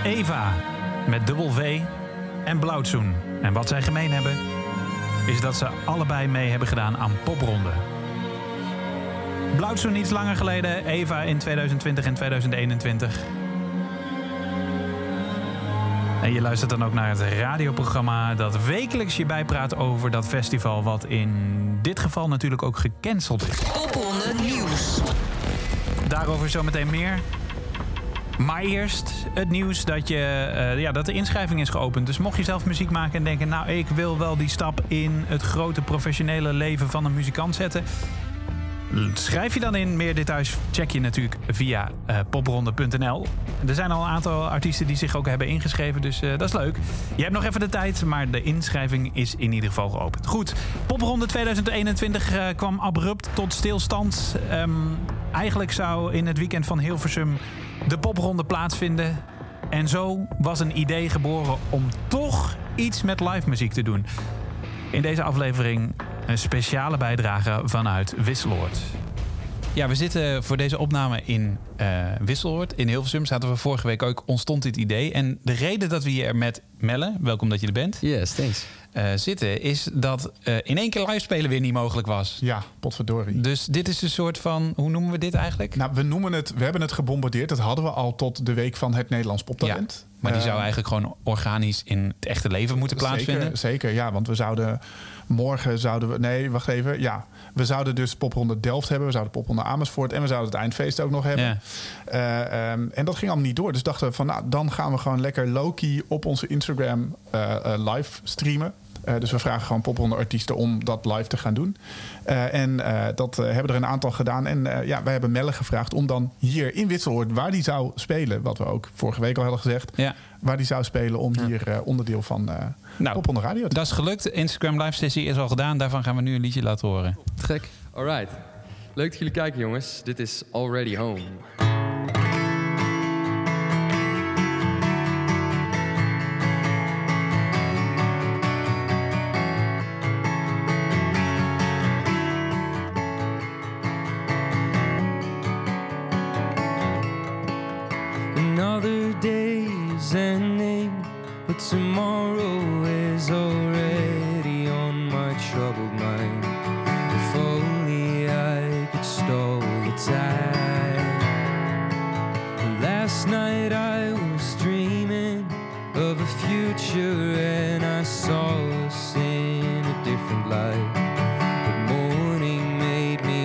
Eva met dubbel V en Blauwtsoen. En wat zij gemeen hebben, is dat ze allebei mee hebben gedaan aan Popronde. Blauwtsoen iets langer geleden, Eva in 2020 en 2021. En je luistert dan ook naar het radioprogramma dat wekelijks je bijpraat over dat festival, wat in dit geval natuurlijk ook gecanceld is. Popronde Nieuws. Daarover zometeen meer. Maar eerst het nieuws dat de inschrijving is geopend. Dus mocht je zelf muziek maken en denken, nou, ik wil wel die stap in het grote professionele leven van een muzikant zetten, schrijf je dan in. Meer details check je natuurlijk via popronde.nl. Er zijn al een aantal artiesten die zich ook hebben ingeschreven, dus dat is leuk. Je hebt nog even de tijd, maar de inschrijving is in ieder geval geopend. Goed, Popronde 2021 kwam abrupt tot stilstand. Eigenlijk zou in het weekend van Hilversum de Popronde plaatsvinden. En zo was een idee geboren om toch iets met live muziek te doen. In deze aflevering een speciale bijdrage vanuit Wisseloord. Ja, we zitten voor deze opname in Wisseloord. In Hilversum zaten we vorige week ook, ontstond dit idee. En de reden dat we hier met Melle, welkom dat je er bent. Yes, thanks. Zitten, is dat in één keer live spelen weer niet mogelijk was. Ja, potverdorie. Dus dit is een soort van, hoe noemen we dit eigenlijk? Nou, we hebben het gebombardeerd. Dat hadden we al tot de week van het Nederlands Poptalent. Ja, maar die zou eigenlijk gewoon organisch in het echte leven moeten plaatsvinden. Zeker, ja, want we zouden we zouden dus Popronde Delft hebben. We zouden Popronde Amersfoort en we zouden het eindfeest ook nog hebben. Ja. En dat ging allemaal niet door. Dus dachten we van, nou, dan gaan we gewoon lekker low-key op onze Instagram live streamen. Dus we vragen gewoon Popronde artiesten om dat live te gaan doen. Dat hebben er een aantal gedaan. En wij hebben Melle gevraagd om dan hier in Wisseloord, waar die zou spelen, wat we ook vorige week al hadden gezegd, waar die zou spelen, om hier onderdeel van Popronde Radio te. Dat is gelukt. De Instagram live sessie is al gedaan. Daarvan gaan we nu een liedje laten horen. Gek. Alright. Leuk dat jullie kijken, jongens. Dit is Already Home. Another day is ending, but tomorrow is already on my troubled mind. If only I could stall the tide. Last night I was dreaming of a future and I saw us in a different light. But morning made me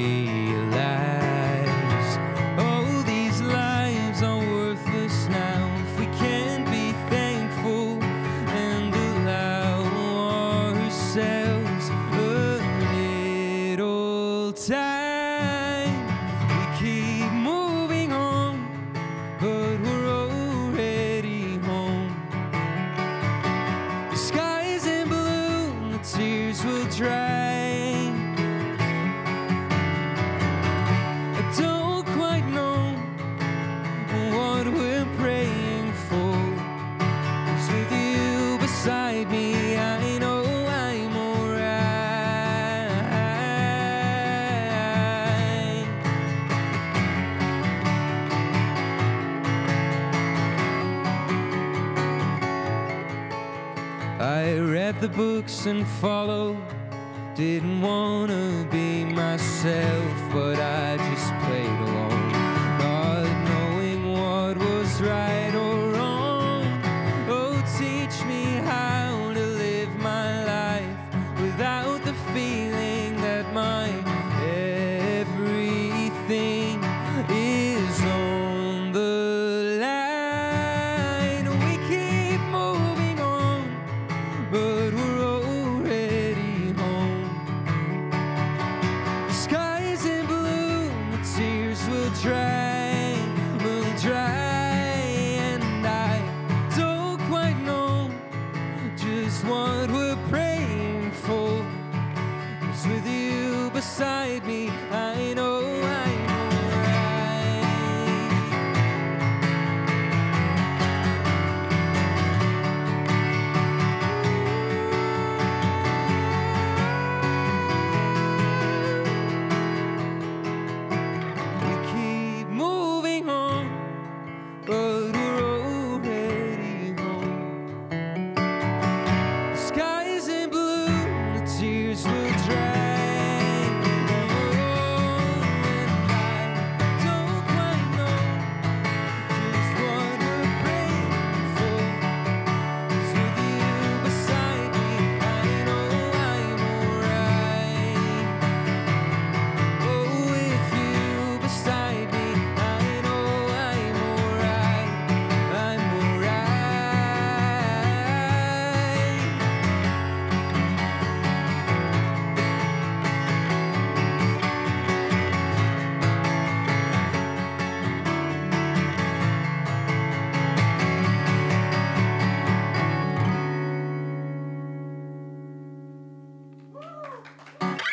realize all these lives are worthless now if we can't be thankful and allow ourselves a little time. We keep moving on, but we're already home. The sky's in blue, the tears will dry. I don't quite know what we're praying for. 'Cause with you beside me, I know I'm alright. I read the books and followed. Didn't wanna be myself, but I just played along, not knowing what was right or wrong. Oh, teach me how to live my life without the feeling that my everything is on the line. We keep moving on, but we're already home. The sky's in blue, the tears will dry, will dry.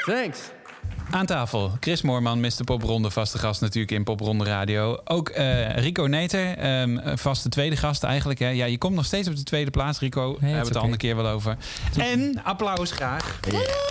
Thanks. Aan tafel, Chris Moorman, Mr. Popronde, vaste gast natuurlijk in Popronde Radio. Ook Rico Neter, vaste tweede gast eigenlijk. Hè. Ja, je komt nog steeds op de tweede plaats, Rico. Daar hebben we het de andere keer wel over. En, applaus graag.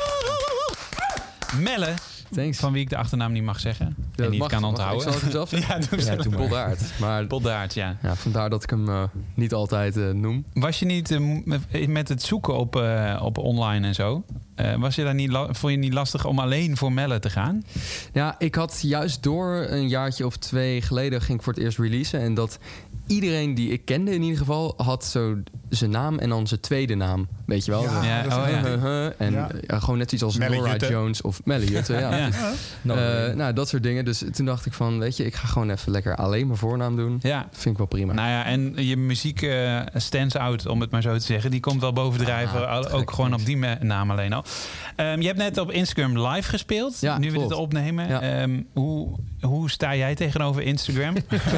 Melle, Thanks. van wie ik de achternaam niet mag zeggen. Ja, en niet mag, kan mag. onthouden. Ik zal het hem zelf zeggen. doe maar. Poldaert. Maar Poldaert, ja. ja, vandaar dat ik hem niet altijd noem. Was je niet met het zoeken op online en zo... was je daar niet vond je het niet lastig om alleen voor Melle te gaan? Ja, ik had juist door een jaartje of 2 geleden ging ik voor het eerst releasen. En dat iedereen die ik kende in ieder geval had zo zijn naam en dan zijn tweede naam. Weet je wel? Ja, Ja, dat is oh ja. En Ja. gewoon net iets als Melle Nora Jutte. Jones of Melle Jutte. Ja. Ja. Nou, dat soort dingen. Dus toen dacht ik van, weet je, ik ga gewoon even lekker alleen mijn voornaam doen. Ja. Vind ik wel prima. Nou ja, en je muziek stands out, om het maar zo te zeggen. Die komt wel bovendrijven, ook gewoon op die naam alleen al. Je hebt net op Instagram live gespeeld. Ja, nu we klopt. dit opnemen. Ja. Hoe sta jij tegenover Instagram?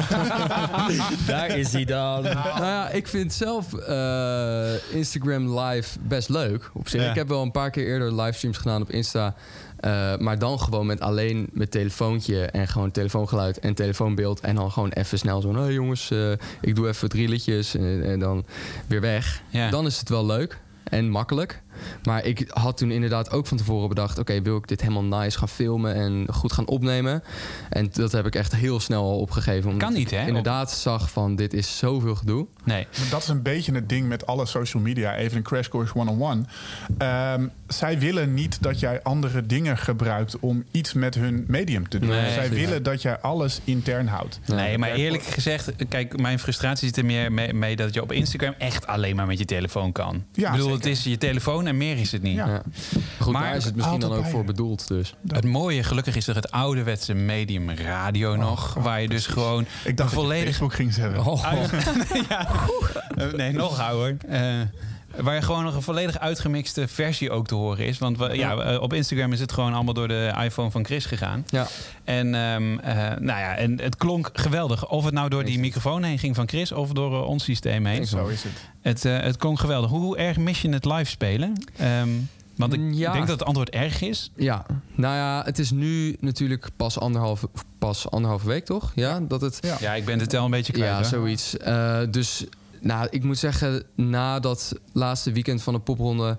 Daar is hij dan. Nou ja, ik vind zelf Instagram live best leuk op zich. Ja. Ik heb wel een paar keer eerder livestreams gedaan op Insta. Maar dan gewoon met alleen mijn telefoontje en gewoon telefoongeluid en telefoonbeeld. En dan gewoon even snel zo, hey jongens, ik doe even 3 liedjes en dan weer weg. Ja. Dan is het wel leuk en makkelijk. Maar ik had toen inderdaad ook van tevoren bedacht... oké, wil ik dit helemaal nice gaan filmen en goed gaan opnemen? En dat heb ik echt heel snel al opgegeven. Omdat Kan niet, hè? ik inderdaad zag van, dit is zoveel gedoe. Nee. Maar dat is een beetje het ding met alle social media. Even een crash course 101. Zij willen niet dat jij andere dingen gebruikt... om iets met hun medium te doen. Nee, Zij precies. willen dat jij alles intern houdt. Nee, maar eerlijk gezegd, kijk, mijn frustratie zit er meer mee dat je op Instagram echt alleen maar met je telefoon kan. Ja, ik bedoel, zeker. het is je telefoon en meer is het niet. Ja. Ja. Goed, Maar daar is het misschien dan altijd ook bij voor je. bedoeld dus. Het mooie, gelukkig, is er het ouderwetse medium radio nog. Waar je dus gewoon Ik dacht dat je volledig... Facebook ging zeggen. Ja. Nee, nog ouder. Waar je gewoon nog een volledig uitgemixte versie ook te horen is. Want op Instagram is het gewoon allemaal door de iPhone van Chris gegaan. Ja. En, en het klonk geweldig. Of het nou door die microfoon heen ging van Chris of door ons systeem heen. Zo is het. Het klonk geweldig. Hoe erg mis je het live spelen? Want ik Ja. denk dat het antwoord erg is. Ja, nou ja, het is nu natuurlijk pas anderhalve week, toch? Ja, dat het... Ja. Ja, ik ben de tel een beetje kwijt. Ja, hoor. zoiets. Dus nou, ik moet zeggen, na dat laatste weekend van de popronde...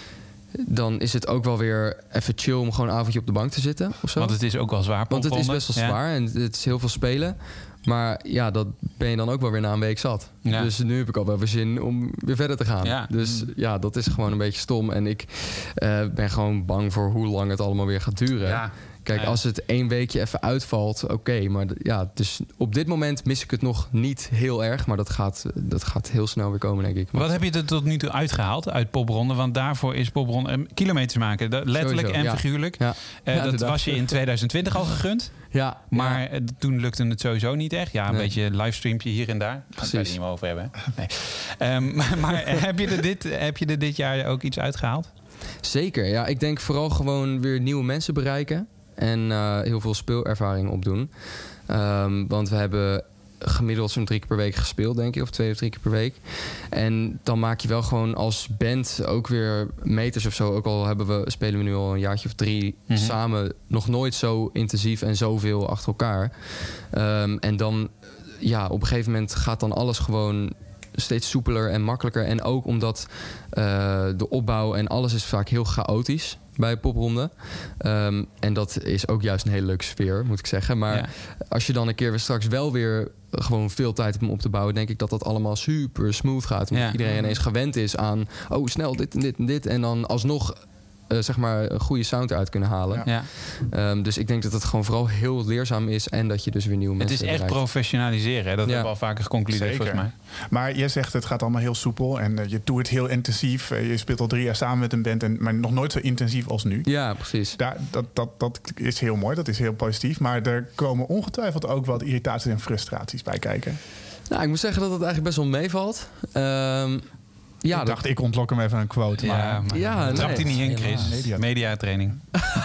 dan is het ook wel weer even chill om gewoon een avondje op de bank te zitten. Of zo. Want het is ook wel zwaar. Want het is popronde. best wel Ja. zwaar en het is heel veel spelen. Maar ja, dat ben je dan ook wel weer na een week zat. Ja. Dus nu heb ik al wel weer zin om weer verder te gaan. Ja. Dus ja, dat is gewoon een beetje stom. En ik ben gewoon bang voor hoe lang het allemaal weer gaat duren. Ja. Kijk, Ja. als het 1 weekje even uitvalt, oké. Maar ja, dus op dit moment mis ik het nog niet heel erg. Maar dat gaat heel snel weer komen, denk ik. Wat heb je er tot nu toe uitgehaald uit popronde? Want daarvoor is popronde kilometers maken. Letterlijk Sowieso, en ja. figuurlijk. Ja. Ja, Dat inderdaad. was je in 2020 al gegund. Ja, Maar toen lukte het sowieso niet echt. Ja, een Nee. beetje livestreampje hier en daar. Daar kan je het niet meer over hebben. Nee. Maar heb je er dit jaar ook iets uitgehaald? Zeker, ja. Ik denk vooral gewoon weer nieuwe mensen bereiken. En heel veel speelervaring opdoen. Want we hebben gemiddeld zo'n 3 keer per week gespeeld, denk ik. Of 2 of 3 keer per week. En dan maak je wel gewoon als band ook weer meters of zo. Ook al spelen we nu al een jaartje of 3 samen. Nog nooit zo intensief en zoveel achter elkaar. En dan, ja, op een gegeven moment gaat dan alles gewoon steeds soepeler en makkelijker. En ook omdat de opbouw en alles is vaak heel chaotisch bij popronde. En dat is ook juist een hele leuke sfeer, moet ik zeggen. Maar Ja. als je dan een keer weer straks wel weer gewoon veel tijd hebt om op te bouwen, denk ik dat dat allemaal super smooth gaat. Omdat Ja. iedereen ineens gewend is aan, oh, snel dit en dit en dit. En dan alsnog zeg maar een goede sound eruit kunnen halen. Ja. Dus ik denk dat het gewoon vooral heel leerzaam is en dat je dus weer nieuwe Het mensen is echt bereikt. professionaliseren. Hè? Dat Ja. hebben we al vaker geconcludeerd, Zeker. volgens mij. Maar jij zegt het gaat allemaal heel soepel en je doet het heel intensief. Je speelt al 3 jaar samen met een band, maar nog nooit zo intensief als nu. Ja, precies. Dat is heel mooi, dat is heel positief. Maar er komen ongetwijfeld ook wat irritaties en frustraties bij kijken. Nou, ik moet zeggen dat het eigenlijk best wel meevalt. Ja, Ik dacht, ik ontlok hem even een quote. Maar Ja, Trapt hij nee. niet in, Chris? Media- Mediatraining.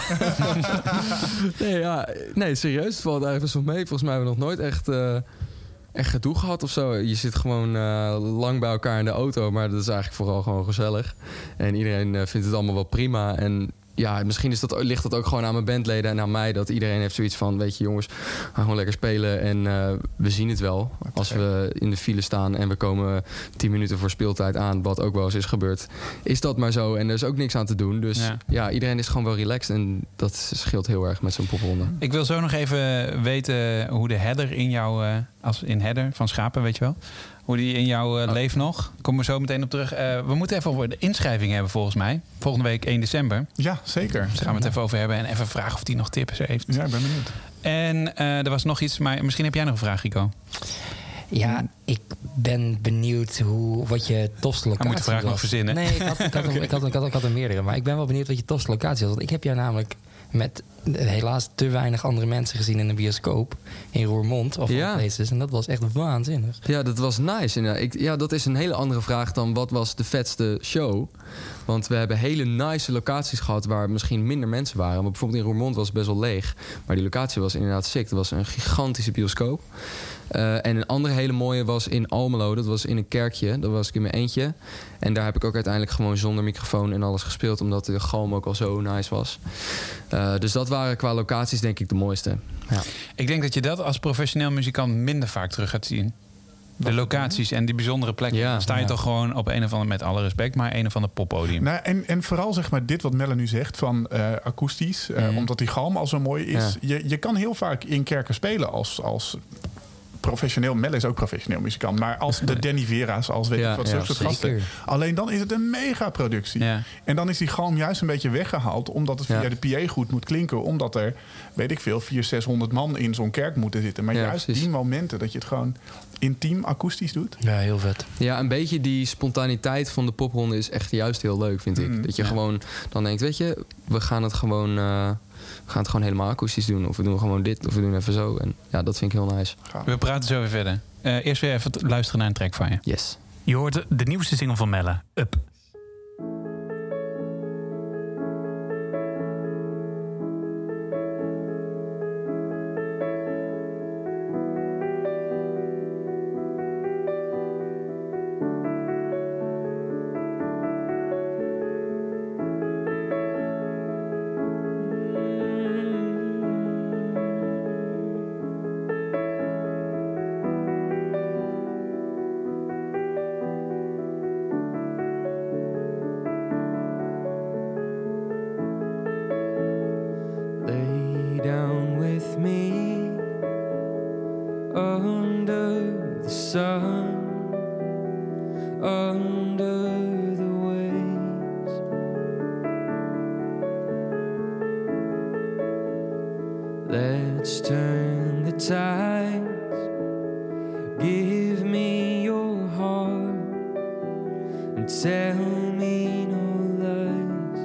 Nee, serieus. Het valt eigenlijk best wel mee. Volgens mij hebben we nog nooit echt gedoe gehad of zo. Je zit gewoon lang bij elkaar in de auto. Maar dat is eigenlijk vooral gewoon gezellig. En iedereen vindt het allemaal wel prima. En ja, misschien ligt dat ook gewoon aan mijn bandleden en aan mij. Dat iedereen heeft zoiets van, weet je jongens, we gaan gewoon lekker spelen. En we zien het wel. Als we in de file staan en we komen 10 minuten voor speeltijd aan, wat ook wel eens is gebeurd, is dat maar zo. En er is ook niks aan te doen. Dus ja, iedereen is gewoon wel relaxed. En dat scheelt heel erg met zo'n popronde. Ik wil zo nog even weten hoe de header in jou, als in header van Schapen, weet je wel, hoe die in jou leeft nog. Komen we zo meteen op terug. We moeten even over de inschrijving hebben volgens mij. Volgende week 1 december. Ja, zeker. Daar gaan we het even over hebben. En even vragen of die nog tips heeft. Ja, ik ben benieuwd. En er was nog iets, maar misschien heb jij nog een vraag, Rico. Ja, ik ben benieuwd wat je tofste locatie was. Moet de vraag nog verzinnen. Nee, ik had er meerdere. Maar ik ben wel benieuwd wat je tofste locatie was. Want ik heb jou namelijk met helaas te weinig andere mensen gezien in de bioscoop. In Roermond of places. En dat was echt waanzinnig. Ja, dat was nice. Ja, dat is een hele andere vraag dan wat was de vetste show. Want we hebben hele nice locaties gehad waar misschien minder mensen waren. Maar bijvoorbeeld in Roermond was het best wel leeg. Maar die locatie was inderdaad sick. Dat was een gigantische bioscoop. En een andere hele mooie was in Almelo. Dat was in een kerkje. Dat was ik in mijn eentje. En daar heb ik ook uiteindelijk gewoon zonder microfoon en alles gespeeld. Omdat de galm ook al zo nice was. Dus dat waren qua locaties denk ik de mooiste. Ja. Ik denk dat je dat als professioneel muzikant minder vaak terug gaat zien. De locaties en die bijzondere plekken. Dan sta je toch gewoon op een of andere, met alle respect, maar een of ander poppodium. Nou, en vooral zeg maar dit wat Melle nu zegt van akoestisch. Omdat die galm al zo mooi is. Ja. Je kan heel vaak in kerken spelen als professioneel. Melle is ook professioneel muzikant. Maar als de Danny Vera's, als weet ik wat zulke gasten. Alleen dan is het een megaproductie. Ja. En dan is die galm juist een beetje weggehaald. Omdat het via de PA goed moet klinken. Omdat er, weet ik veel, 400-600 man in zo'n kerk moeten zitten. Maar juist precies. Die momenten dat je het gewoon intiem akoestisch doet. Ja, heel vet. Ja, een beetje die spontaniteit van de popronde is echt juist heel leuk, vind ik. Dat je gewoon dan denkt, weet je, we gaan het gewoon helemaal akoestisch doen. Of we doen gewoon dit, of we doen even zo. En ja, dat vind ik heel nice. We praten zo weer verder. Eerst weer even luisteren naar een track van je. Yes. Je hoort de nieuwste single van Melle, Up. Let's turn the tides. Give me your heart and tell me no lies.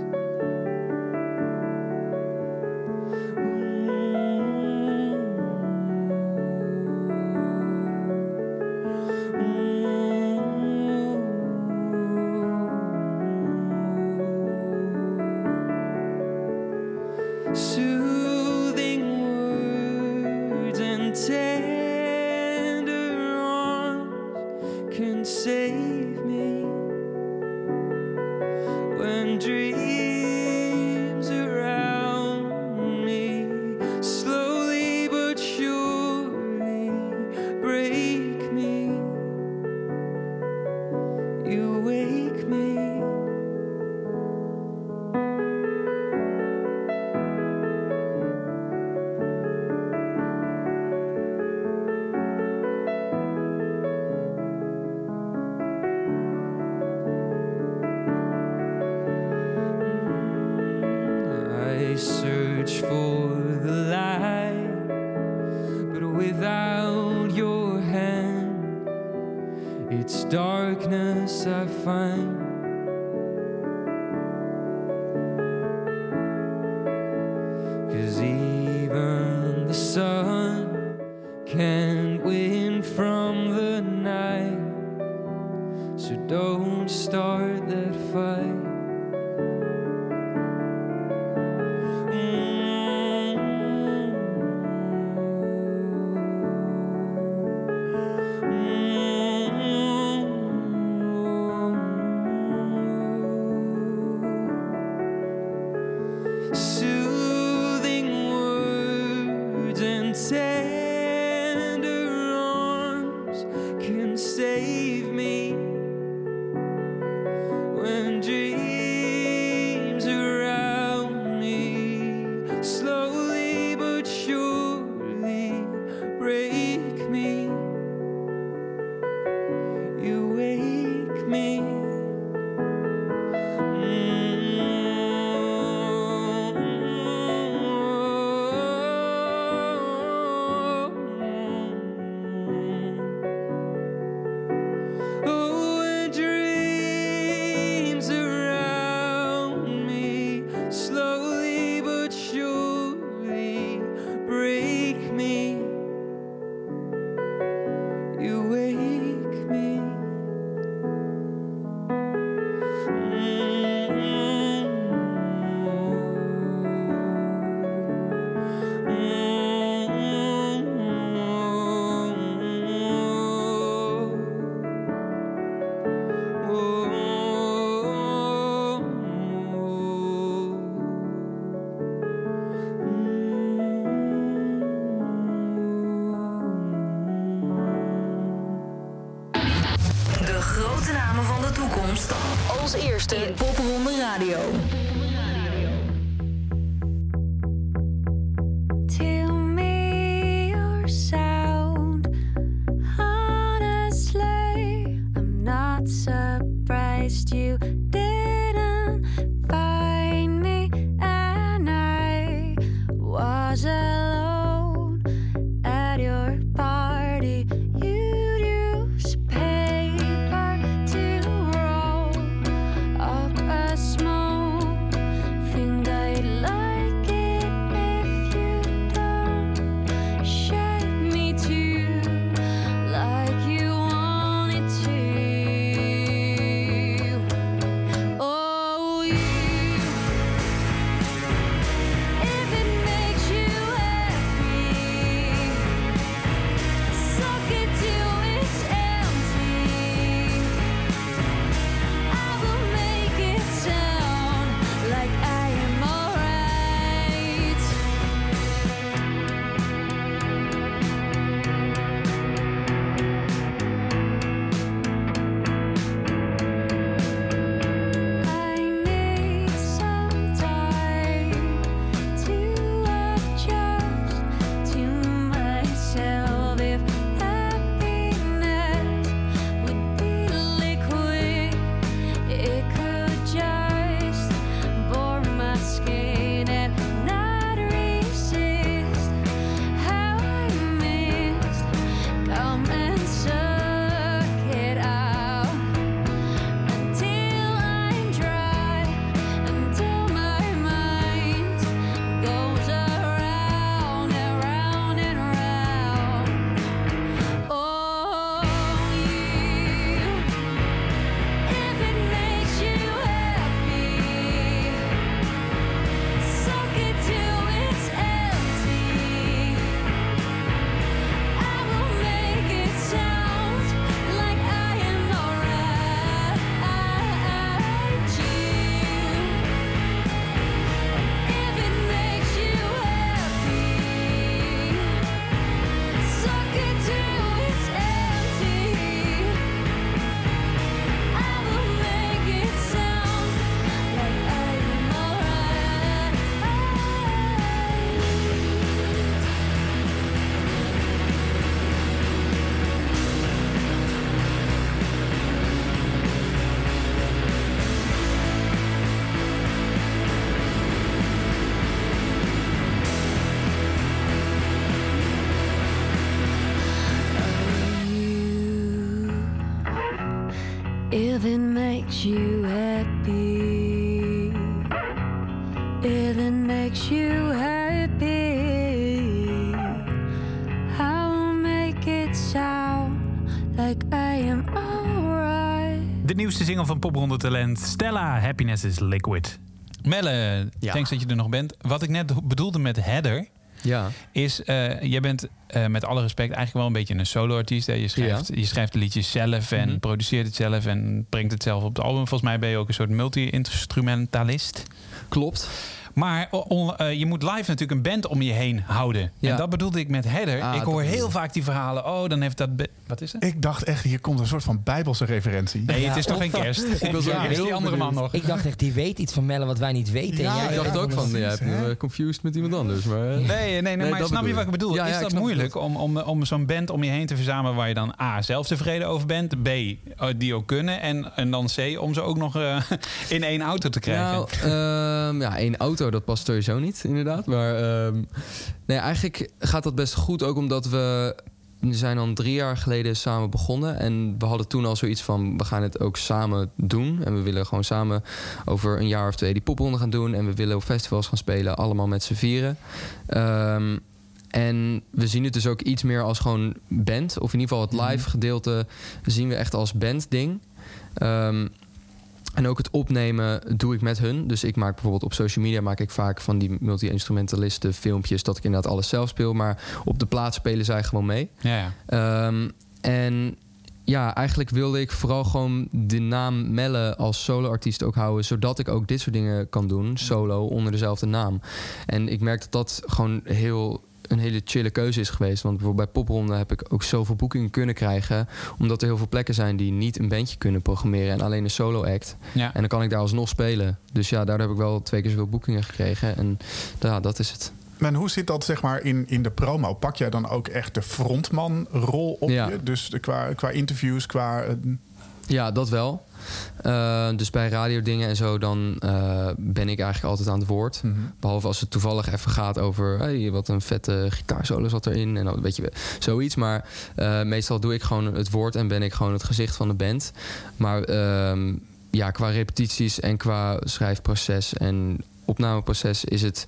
Soothing words and tender arms can save me when dreams around me slowly but surely break me. You wake me. I search for the light, but without your hand, it's darkness I find. 'Cause even the sun can't win from the night, so don't start that fight. Amstel. Als eerste in Popronde Radio. Tell me your sound. Honestly, I'm not surprised you didn't find me, and I was alone at your party. You'd use paper to roll up a smoke. Think I'd like it if you don't shake me too, like you wanted to. Oh, you. If it makes you happy, suck it till it's empty. I will make it sound like I am alright. I need some time to adjust to myself. If happiness would be liquid, it could just bore my skin and not resist how I missed. Come and suck it out until I'm dry, until my mind goes around and round and round. Oh, you. If it makes you happy, suck it till it's empty. I will make it sound like I am alright. If it makes you happy, suck it till it's empty. I will make it sound like I am alright. If it makes you happy, if it makes you happy, I'll make it sound like I am alright. De nieuwste single van Popronde Talent, Stella, Happiness is Liquid. Melle, thanks dat je er nog bent. Wat ik net bedoelde met Heather, is, jij bent met alle respect eigenlijk wel een beetje een solo-artiest. Hè? Je schrijft de liedjes zelf en produceert het zelf en brengt het zelf op het album. Volgens mij ben je ook een soort multi-instrumentalist. Klopt. Maar je moet live natuurlijk een band om je heen houden. Ja. En dat bedoelde ik met Heather. Ik hoor heel vaak die verhalen. Oh, dan heeft dat... Wat is het? Ik dacht echt, hier komt een soort van bijbelse referentie. Nee, het is toch geen kerst? Ik wil zeggen, die andere man nog. Ik dacht echt, die weet iets van Melle wat wij niet weten. Ja, ik dacht ook van, jij hebt me confused met iemand anders. Maar, nee, maar snap je wat ik bedoel? Is dat moeilijk om zo'n band om je heen te verzamelen waar je dan A, zelf tevreden over bent, B, die ook kunnen en dan C, om ze ook nog in één auto te krijgen? Nou, één auto, dat past sowieso niet, inderdaad. Maar nee, eigenlijk gaat dat best goed, ook omdat we zijn al 3 jaar geleden samen begonnen. En we hadden toen al zoiets van, we gaan het ook samen doen. En we willen gewoon samen over een jaar of 2 die popronde gaan doen. En we willen op festivals gaan spelen, allemaal met z'n vieren. En we zien het dus ook iets meer als gewoon band. Of in ieder geval het live gedeelte zien we echt als bandding. En ook het opnemen doe ik met hun. Dus ik maak bijvoorbeeld op social media maak ik vaak van die multi-instrumentalisten filmpjes dat ik inderdaad alles zelf speel. Maar op de plaat spelen zij gewoon mee. Ja. En ja, eigenlijk wilde ik vooral gewoon de naam Melle als solo-artiest ook houden, zodat ik ook dit soort dingen kan doen, solo, onder dezelfde naam. En ik merk dat dat gewoon heel een hele chille keuze is geweest. Want bijvoorbeeld bij Popronde heb ik ook zoveel boekingen kunnen krijgen. Omdat er heel veel plekken zijn die niet een bandje kunnen programmeren. En alleen een solo act. Ja. En dan kan ik daar alsnog spelen. Dus ja, daardoor heb ik wel 2 keer zoveel boekingen gekregen. En ja, dat is het. En hoe zit dat zeg maar in de promo? Pak jij dan ook echt de frontmanrol op je? Dus qua interviews, qua... Ja, dat wel. Dus bij radiodingen en zo, dan ben ik eigenlijk altijd aan het woord. Behalve als het toevallig even gaat over... Hey, wat een vette gitaarsolo zat erin. En dan weet je, zoiets. Maar meestal doe ik gewoon het woord en ben ik gewoon het gezicht van de band. Maar qua repetities en qua schrijfproces en opnameproces is het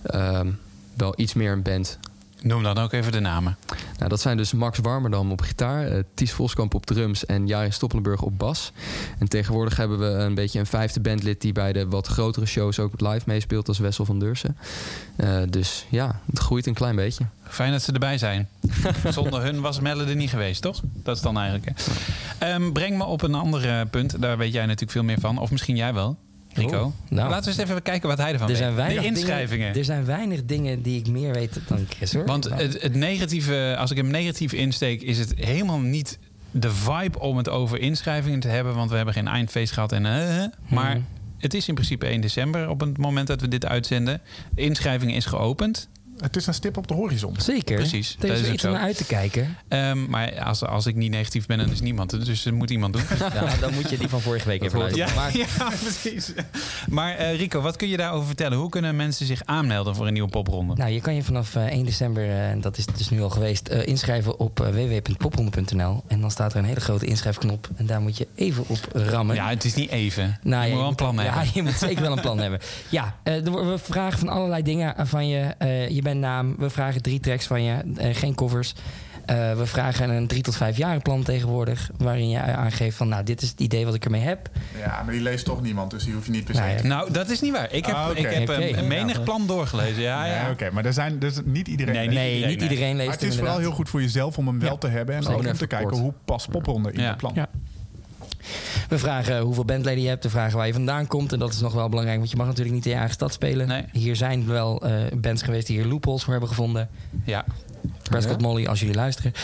wel iets meer een band. Noem dan ook even de namen. Nou, dat zijn dus Max Warmerdam op gitaar, Ties Voskamp op drums en Jari Stoppelenburg op bas. En tegenwoordig hebben we een beetje een 5e bandlid die bij de wat grotere shows ook live meespeelt, als Wessel van Deursen. Dus ja, het groeit een klein beetje. Fijn dat ze erbij zijn. Zonder hun was Melle er niet geweest, toch? Dat is dan eigenlijk. Breng me op een ander punt. Daar weet jij natuurlijk veel meer van. Of misschien jij wel. Rico. Nou, laten we eens even kijken wat hij ervan weet. De inschrijvingen. Er zijn weinig dingen die ik meer weet dan Chris, hoor. Want het negatieve, als ik hem negatief insteek, is het helemaal niet de vibe om het over inschrijvingen te hebben. Want we hebben geen eindfeest gehad. Maar het is in principe 1 december op het moment dat we dit uitzenden. De inschrijving is geopend. Het is een stip op de horizon. Zeker. Precies. Er is iets om naar uit te kijken. Maar als ik niet negatief ben, dan is niemand. Dus dat moet iemand doen. Ja, dan moet je die van vorige week even luisteren. Ja, precies. Maar Rico, wat kun je daarover vertellen? Hoe kunnen mensen zich aanmelden voor een nieuwe popronde? Nou, je kan je vanaf 1 december, dat is dus nu al geweest, inschrijven op www.popronde.nl. En dan staat er een hele grote inschrijfknop. En daar moet je even op rammen. Ja, het is niet even. Nou, je moet wel een plan hebben. Ja, je moet zeker wel een plan hebben. Ja, we vragen van allerlei dingen van je. Je bent naam. We vragen 3 tracks van je. Geen covers. We vragen een 3 tot 5 jaren plan tegenwoordig. Waarin je aangeeft van, nou, dit is het idee wat ik ermee heb. Ja, maar die leest toch niemand. Dus die hoef je niet per se. Nou, dat is niet waar. Ik heb een menig plan doorgelezen. Ja. Oké, maar er zijn dus niet iedereen. Nee, niet iedereen leest. Maar het is vooral heel goed voor jezelf om hem wel te hebben. En ook om te kijken hoe past popronde in je plan. Ja. We vragen hoeveel bandleden je hebt. We vragen waar je vandaan komt. En dat is nog wel belangrijk. Want je mag natuurlijk niet in je eigen stad spelen. Nee. Hier zijn wel bands geweest die hier loopholes voor hebben gevonden. Ja. Prescott Molly, als jullie luisteren.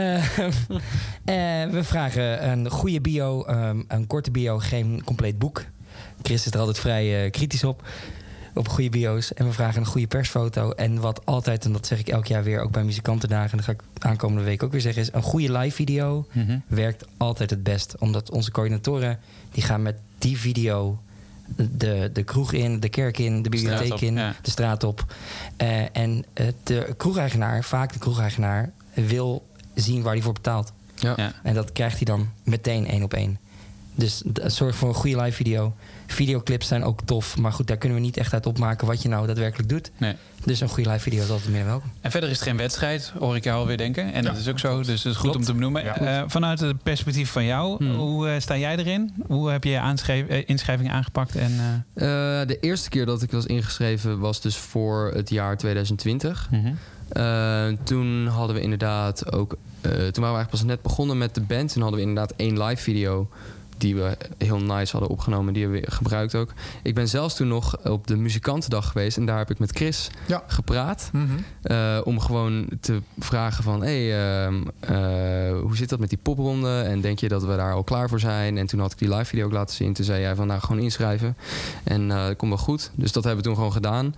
We vragen een goede bio. Een korte bio, geen compleet boek. Chris is er altijd vrij kritisch op goede bio's. En we vragen een goede persfoto. En wat altijd, en dat zeg ik elk jaar weer, ook bij muzikantendagen, en dat ga ik aankomende week ook weer zeggen, is een goede live video werkt altijd het best. Omdat onze coördinatoren, die gaan met die video de kroeg in, de kerk in, de bibliotheek in, de straat op. En de kroegeigenaar, vaak de kroegeigenaar, wil zien waar hij voor betaalt. Ja. En dat krijgt hij dan meteen 1 op 1. Dus zorg voor een goede live video. Videoclips zijn ook tof. Maar goed, daar kunnen we niet echt uit opmaken wat je nou daadwerkelijk doet. Nee. Dus een goede live video is altijd meer welkom. En verder is het geen wedstrijd, hoor ik jou alweer denken. En dat is ook zo, dus het is goed om te benoemen. Ja, vanuit het perspectief van jou, hoe sta jij erin? Hoe heb je je inschrijving aangepakt? De eerste keer dat ik was ingeschreven was dus voor het jaar 2020. Toen hadden we inderdaad ook... toen waren we eigenlijk pas net begonnen met de band. Toen hadden we inderdaad 1 live video die we heel nice hadden opgenomen. Die hebben we gebruikt ook. Ik ben zelfs toen nog op de muzikantendag geweest. En daar heb ik met Chris gepraat. Om gewoon te vragen van... hoe zit dat met die popronde? En denk je dat we daar al klaar voor zijn? En toen had ik die live video ook laten zien. Toen zei jij van, nou, gewoon inschrijven. En dat komt wel goed. Dus dat hebben we toen gewoon gedaan.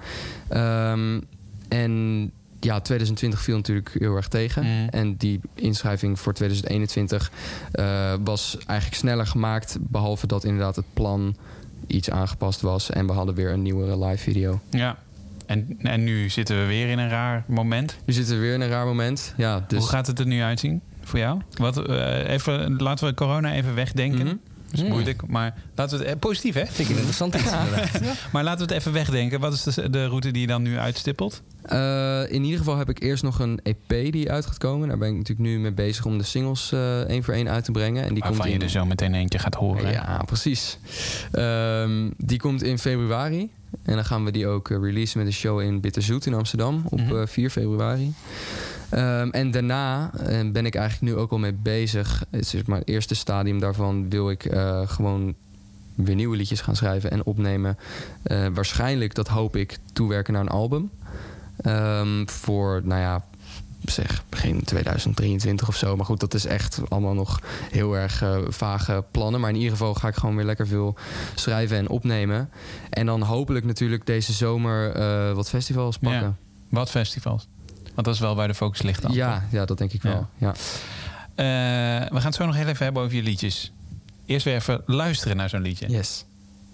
En... ja, 2020 viel natuurlijk heel erg tegen. En die inschrijving voor 2021 was eigenlijk sneller gemaakt. Behalve dat inderdaad het plan iets aangepast was. En we hadden weer een nieuwere live video. Ja. En nu zitten we weer in een raar moment. Ja, dus... Hoe gaat het er nu uitzien voor jou? Laten we corona even wegdenken. Dat is moeilijk, maar laten we het positief, hè? Vind ik interessant iets. Maar laten we het even wegdenken. Wat is de route die je dan nu uitstippelt? In ieder geval heb ik eerst nog een EP die uit gaat komen. Daar ben ik natuurlijk nu mee bezig om de singles 1 voor 1 uit te brengen. En die waarvan je er zo meteen eentje gaat horen. Ja, precies. Die komt in februari. En dan gaan we die ook releasen met een show in Bitterzoet in Amsterdam op 4 februari. En daarna ben ik eigenlijk nu ook al mee bezig. Het is maar het eerste stadium daarvan. Wil ik gewoon weer nieuwe liedjes gaan schrijven en opnemen. Waarschijnlijk, dat hoop ik, toewerken naar een album. Voor, nou ja, zeg begin 2023 of zo. Maar goed, dat is echt allemaal nog heel erg vage plannen. Maar in ieder geval ga ik gewoon weer lekker veel schrijven en opnemen. En dan hopelijk natuurlijk deze zomer wat festivals pakken. Ja. Wat festivals? Want dat is wel waar de focus ligt dan. Ja, dat denk ik wel. Ja. We gaan het zo nog heel even hebben over je liedjes. Eerst weer even luisteren naar zo'n liedje. Yes.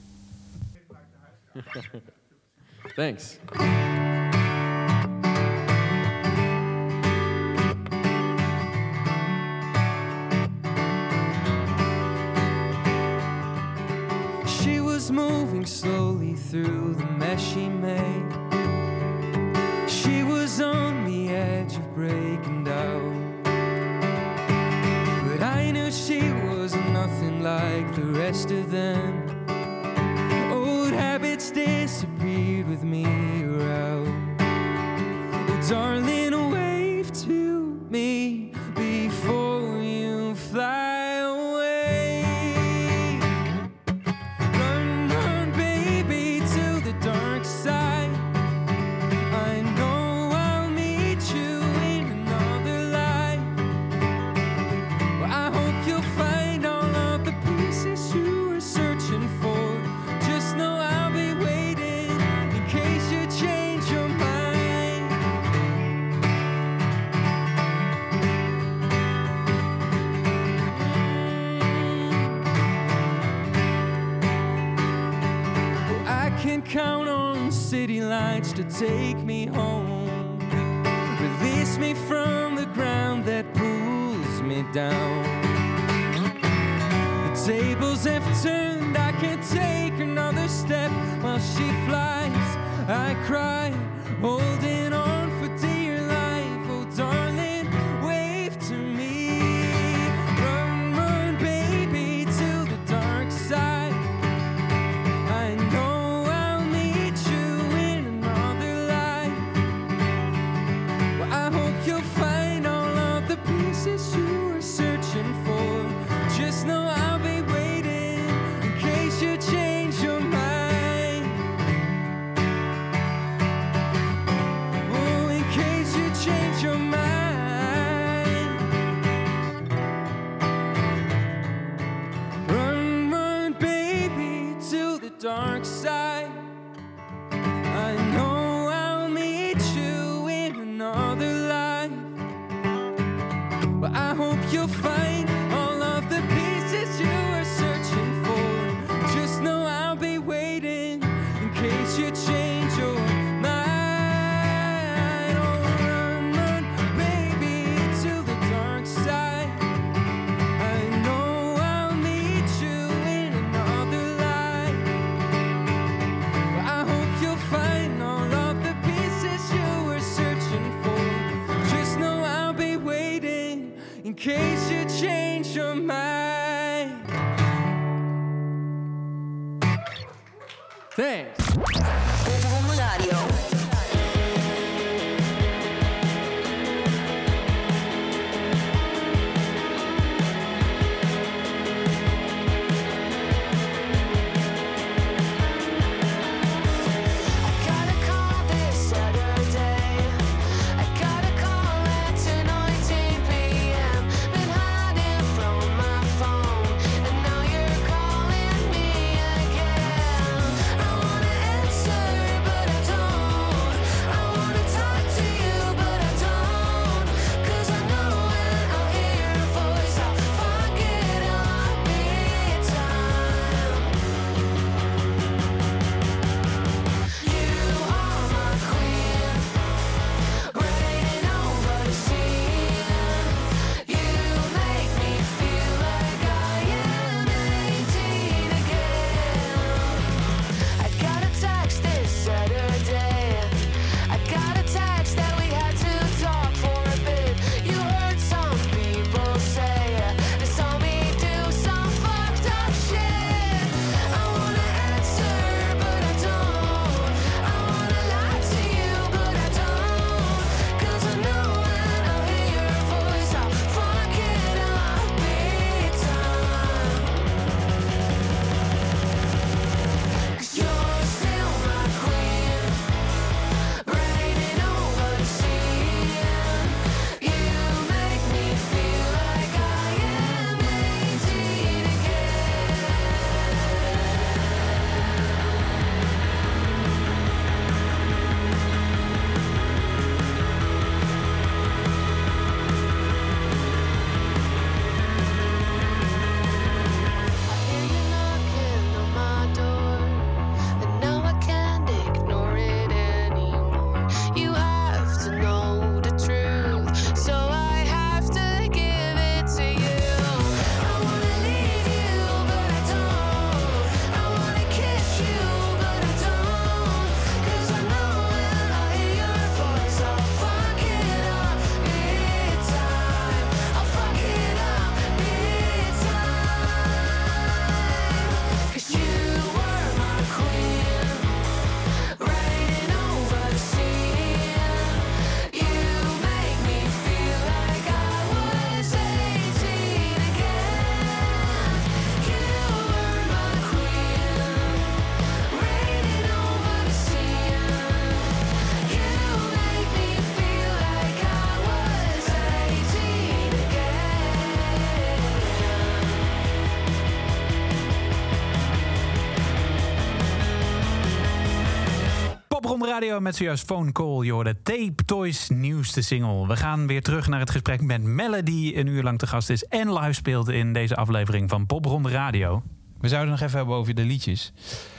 Thanks. She was moving slowly through the mess she made. She was on the edge of breaking down. But I knew she was nothing like the rest of them. Old habits disappeared with me around. Oh, darling, wave to me before you fly away. Run, run, baby, to the dark side. I know I'll meet you in another life. Well, I hope you'll find all of the pieces you were searching for. Just know I'll be waiting in case you change your mind. Oh, I can count on city lights to take me home. Release me from the ground that pulls me down. The tables have turned, I can't take another step while she flies. I cry, holding on for dear life. Oh, darling, wave to me. Run, run, baby, to the dark side. I know I'll meet you in another life. Well, I hope you'll find all of the pieces you were searching for. Just know I'll be waiting in case you change your mind. Oh, in case you change your mind. Run, run, baby, to the dark side. I know I'll meet you in another life. But I hope you'll find all of the pieces you were searching for. Just know I'll be waiting in case you change your mind. Oh, run, run, baby, to the dark side. I know I'll meet you in another life. Well, I hope you'll find all of the pieces you were searching for. Just know I'll be waiting in case you change your mind. Thanks. Popronde Radio. Got a call this Saturday. I got a call at 10:19 p.m. Been hiding from my phone, and now you're calling me again. I wanna answer, but I don't. Popronde Radio met zojuist Phone Call. Je hoorde Tape Toys nieuwste single. We gaan weer terug naar het gesprek met Melle, die een uur lang te gast is en live speelt in deze aflevering van Popronde Radio. We zouden nog even hebben over de liedjes.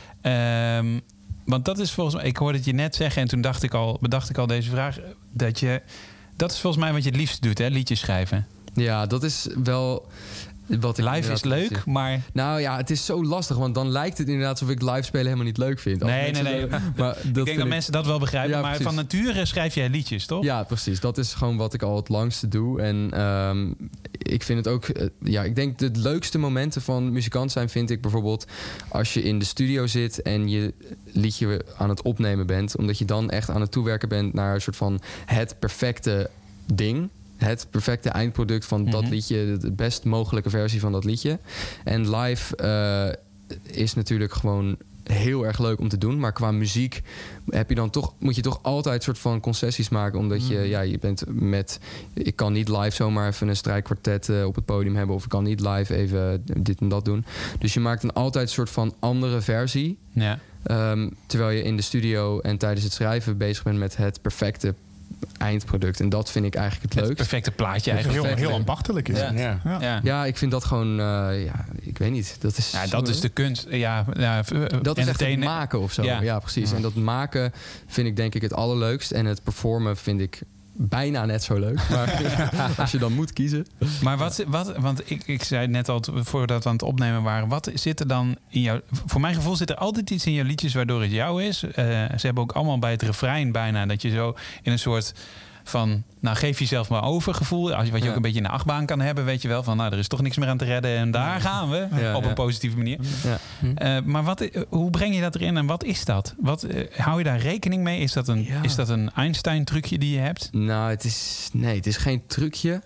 Want dat is volgens mij... Ik hoorde het je net zeggen en toen bedacht ik al deze vraag. Dat is volgens mij wat je het liefst doet, hè? Liedjes schrijven. Ja, dat is wel... Wat ik live is leuk, maar... Nou ja, het is zo lastig, want dan lijkt het inderdaad alsof ik live spelen helemaal niet leuk vind. Nee. Maar ik denk dat mensen dat wel begrijpen, ja, maar precies. Van nature schrijf jij liedjes, toch? Ja, precies. Dat is gewoon wat ik al het langste doe. En ik vind het ook... ik denk de leukste momenten van muzikant zijn vind ik bijvoorbeeld als je in de studio zit en je liedje aan het opnemen bent. Omdat je dan echt aan het toewerken bent naar een soort van het perfecte ding. Het perfecte eindproduct van dat liedje. De best mogelijke versie van dat liedje. En live is natuurlijk gewoon heel erg leuk om te doen. Maar qua muziek moet je toch altijd soort van concessies maken. Omdat je bent met... Ik kan niet live zomaar even een strijkkwartet op het podium hebben. Of ik kan niet live even dit en dat doen. Dus je maakt dan altijd een soort van andere versie. Ja. Terwijl je in de studio en tijdens het schrijven bezig bent met het perfecte eindproduct. En dat vind ik eigenlijk het leukst. Het perfecte plaatje eigenlijk. Heel ambachtelijk is het. Ja, ik vind dat gewoon... ik weet niet. Dat is, dat is de kunst. Dat is echt het maken of zo. Ja, precies. Ja. En dat maken vind ik denk ik het allerleukst. En het performen vind ik bijna net zo leuk. Maar als je dan moet kiezen. Maar want ik zei net al voordat we aan het opnemen waren. Wat zit er dan in jou? Voor mijn gevoel zit er altijd iets in jouw liedjes waardoor het jou is. Ze hebben ook allemaal bij het refrein bijna dat je zo in een soort van, nou geef jezelf maar over gevoel. Wat je ook een beetje in de achtbaan kan hebben, weet je wel. Van nou, er is toch niks meer aan te redden en daar gaan we. Op een positieve manier. Ja. Maar hoe breng je dat erin en wat is dat? Hou je daar rekening mee? Is dat een Einstein trucje die je hebt? Nou, het is geen trucje.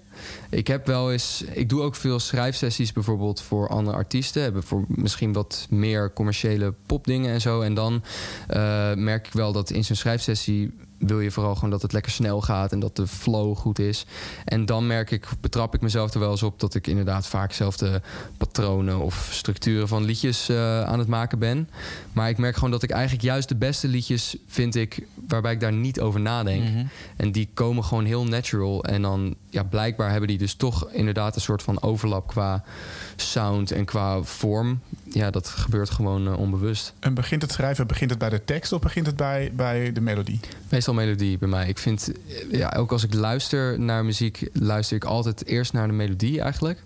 Ik doe ook veel schrijfsessies bijvoorbeeld voor andere artiesten. Hebben voor misschien wat meer commerciële popdingen en zo. En dan merk ik wel dat in zo'n schrijfsessie wil je vooral gewoon dat het lekker snel gaat en dat de flow goed is. En dan betrap ik mezelf er wel eens op dat ik inderdaad vaak zelf de patronen of structuren van liedjes aan het maken ben. Maar ik merk gewoon dat ik eigenlijk juist de beste liedjes vind ik waarbij ik daar niet over nadenk. Mm-hmm. En die komen gewoon heel natural. En dan blijkbaar hebben die dus toch inderdaad een soort van overlap qua sound en qua vorm. Ja, dat gebeurt gewoon onbewust. En begint het schrijven bij de tekst of begint het bij de melodie? Meestal melodie bij mij. Ik vind, ook als ik luister naar muziek, luister ik altijd eerst naar de melodie eigenlijk.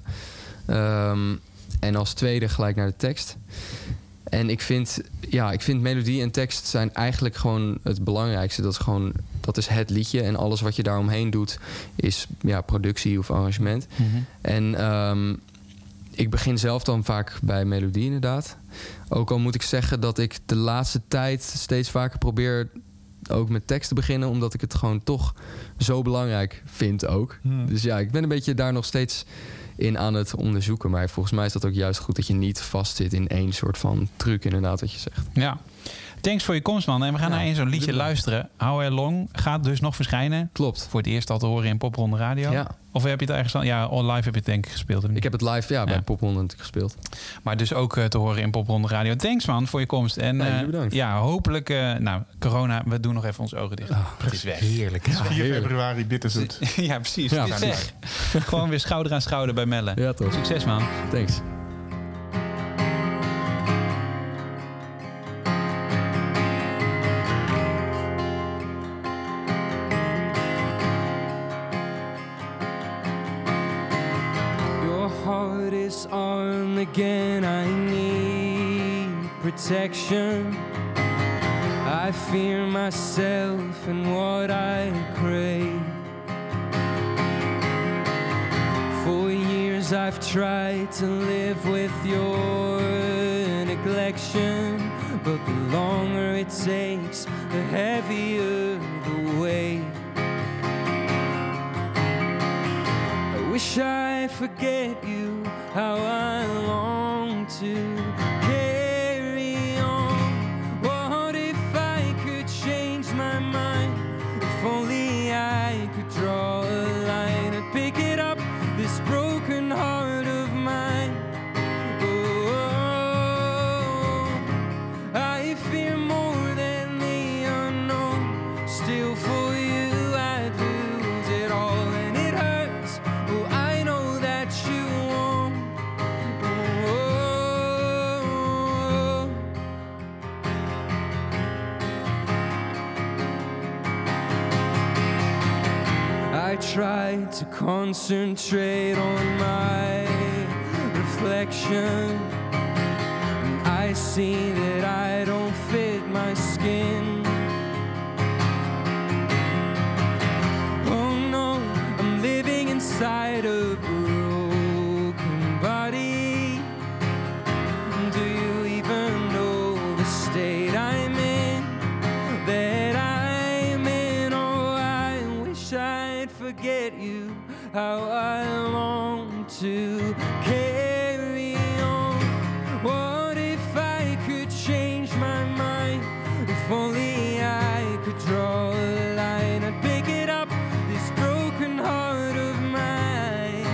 En als tweede gelijk naar de tekst. En ik vind melodie en tekst zijn eigenlijk gewoon het belangrijkste. Dat is het liedje. En alles wat je daaromheen doet is productie of arrangement. Mm-hmm. En ik begin zelf dan vaak bij melodie inderdaad. Ook al moet ik zeggen dat ik de laatste tijd steeds vaker probeer ook met tekst te beginnen, omdat ik het gewoon toch zo belangrijk vind ook. Dus ik ben een beetje daar nog steeds in aan het onderzoeken. Maar volgens mij is dat ook juist goed dat je niet vastzit in één soort van truc inderdaad wat je zegt. Ja. Thanks voor je komst, man. En we gaan naar zo'n liedje luisteren. How Long gaat dus nog verschijnen. Klopt. Voor het eerst al te horen in Popronde Radio. Ja. Of heb je het ergens al... Ja, live heb je het denk ik gespeeld. Ik heb het live bij Popronde natuurlijk gespeeld. Maar dus ook te horen in Popronde Radio. Thanks, man, voor je komst. En bedankt. Hopelijk... corona, we doen nog even onze ogen dicht. Het is weg. Heerlijk. 4 februari bitterzoet. Ja, precies. Het is weg. Gewoon weer schouder aan schouder bij Melle. Ja, toch. Succes, man. Thanks. Armed again, I need protection. I fear myself and what I crave. For years I've tried to live with your neglection, but the longer it takes, the heavier the weight. I wish I forget you, how I long to carry on. What if I could change my mind? If only I could draw a line and pick it up, this broken heart of mine. Oh, I fear more than the unknown. to concentrate on my reflection. And I see that I don't fit my skin. Oh no, I'm living inside a broken body. Do you even know the state I'm in? That I'm in. Oh, I wish I'd forget you. How I long to carry on. What if I could change my mind? If only I could draw a line. I'd pick it up, this broken heart of mine.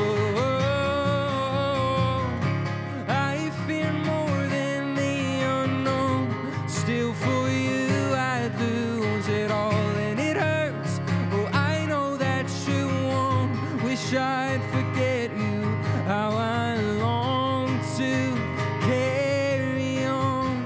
Oh, I fear more than the unknown. Still for you I'd lose it all, and it hurts. Oh, I know that you won't. Wish I'd forget you. How I long to carry on.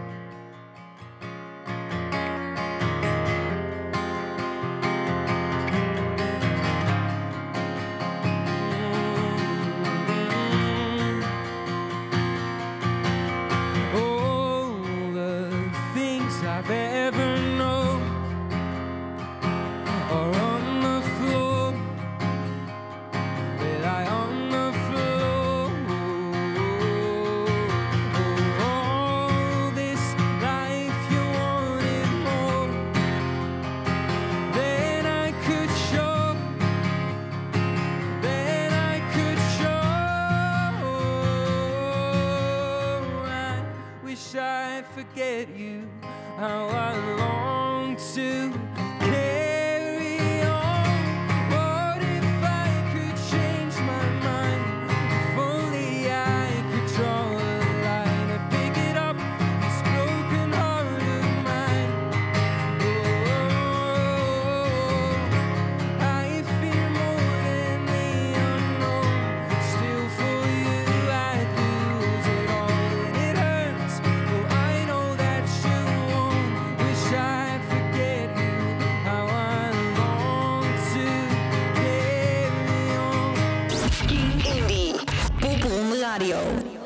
All the things I've ever known are on the floor. They lie on the floor. All this life you wanted more than I could show. Than I could show. I wish I'd forget you. How I long to carry on. What if I could change my mind? If only I could draw a line. I'd pick it up, this broken heart of mine. Oh, I fear more than the unknown. Still for you I'd lose it all, and it hurts. Oh, I know that you won't. Wish I'd forget you. How I long to carry on. King Indie. Popronde Radio.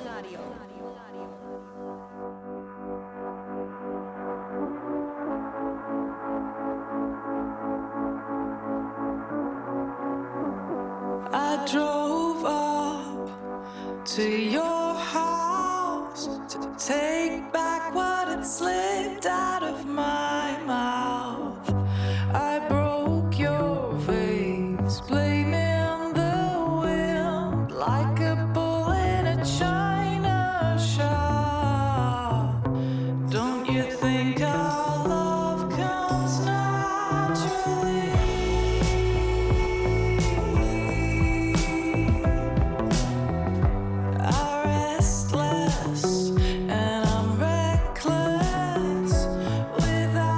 I drove up to your house to take back what had slipped out of my mouth. I broke your vase, blaming the wind like a bull in a china shop. Don't you think our love comes naturally? I'm restless and I'm reckless without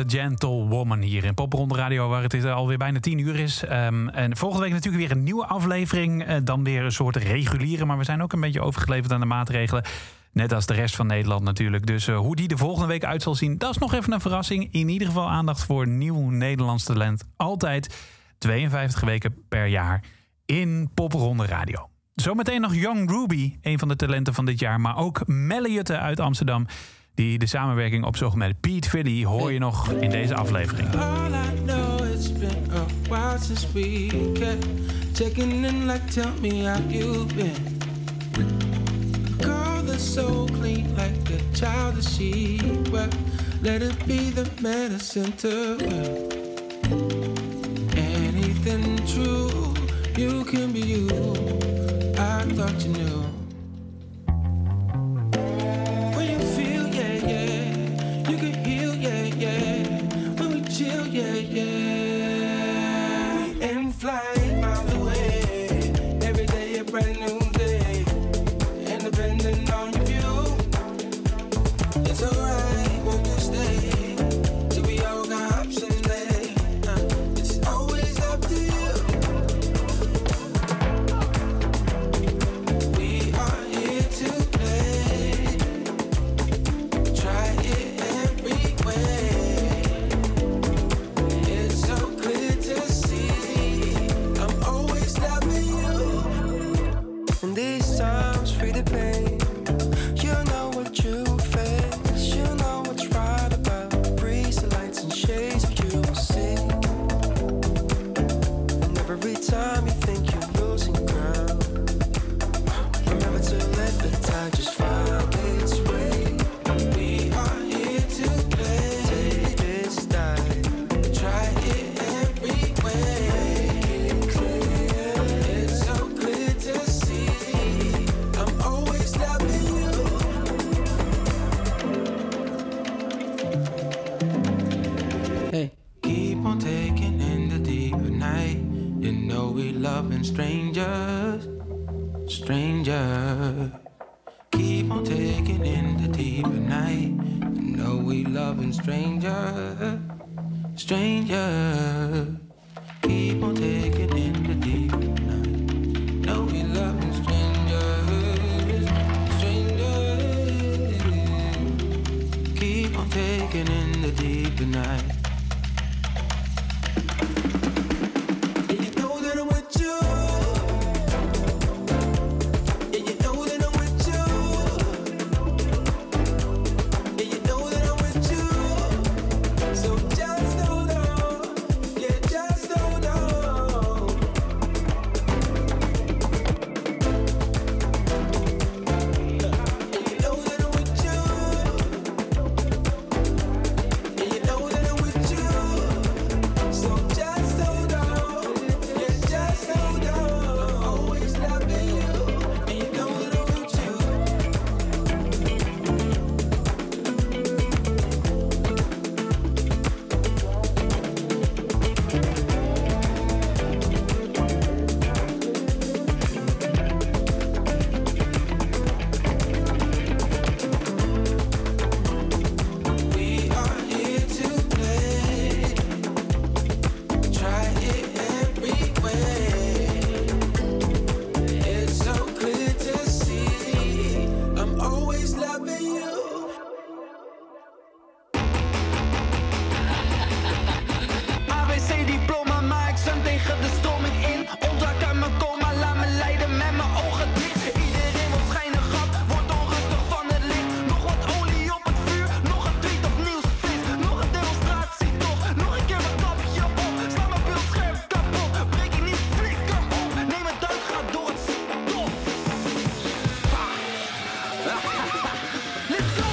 Gentlewoman hier in Popronde Radio, waar het alweer bijna 10 uur is. En volgende week natuurlijk weer een nieuwe aflevering. Dan weer een soort reguliere, maar we zijn ook een beetje overgeleverd aan de maatregelen. Net als de rest van Nederland natuurlijk. Dus hoe die de volgende week uit zal zien, dat is nog even een verrassing. In ieder geval aandacht voor nieuw Nederlands talent. Altijd 52 weken per jaar in Popronde Radio. Zometeen nog Young Ruby, een van de talenten van dit jaar. Maar ook Melliette uit Amsterdam, die de samenwerking opzocht met Pete Philly, hoor je nog in deze aflevering. All I know, it's been a while since we kept checking in like tell me how you been. Call the soul clean like the child that she wept. Let it be the medicine to it. Anything true, you can be you. I thought you knew. When you feel, yeah, yeah, you can heal, yeah, yeah. When we chill, yeah, yeah. We in flight miles away. Every day a brand new day. Independent on your view. It's alright, we'll just stay. Till we all got options there. It's always up to you. We are here to play. Try it every way. It's so clear to see. I'm always loving you. In these times, free the pain. You know what you face. You know what's right about. Breeze, the lights and shades of you will see. And every time you think you're losing ground, remember to let the tide just find its way. We are here to play. Take this dive. Try it every way. It's so clear to see. I'm always loving you. Hey, keep on taking in the deeper night. You know we loving strangers, strangers. Keep on taking in the deeper night. You know we loving strangers, strangers. Keep on taking in the deeper night. Know we loving strangers, strangers. Keep on taking in the deeper night. And you know that I'm with you. And you know that I'm with you. And you know that I'm with you. So just hold on. Yeah, just hold on. And you know that I'm with you. And you know that I'm with you. So just hold on. Yeah, just hold on. Always loving you. And you know that I'm with you. We are here to play. Try it every way. It's so clear to see. I'm always loving you. ABC diploma, maar ik zwem tegen de stroming in. Ontwaak uit mijn coma, laat me leiden met mijn ogen dicht. Iedereen wil schijnen gat, wordt onrustig van het licht. Nog wat olie op het vuur, nog een tweet of nieuwsflits. Nog een demonstratie toch, nog een keer mijn kapje op. Sla mijn beeldscherm kapot, breek ik niet flikker op. Neem het uit, ga door het stof. Let's go!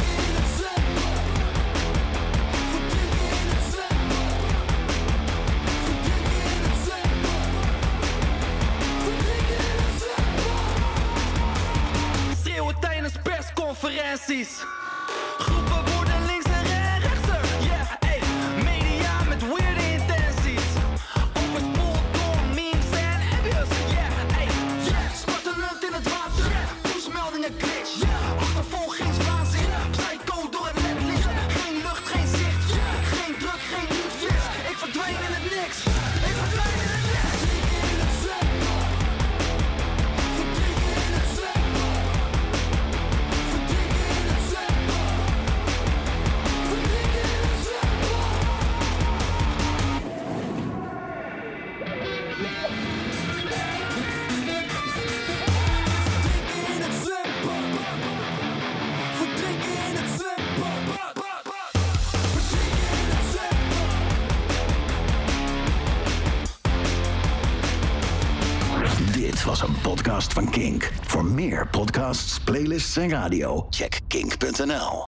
Schreeuwen tijdens persconferenties. Groepen worden links en rechtser. Yeah, ey. Media met weirde intenties. Overspoeld door memes en abuse. Yeah, ey. Spartelend in het water. Pushmeldingen glitch. Achtervolgingswaanzin. Psycho door het ledlicht. Geen lucht, geen zicht. Geen Dit was een podcast van Kink. Voor meer podcasts, playlists en radio, check kink.nl.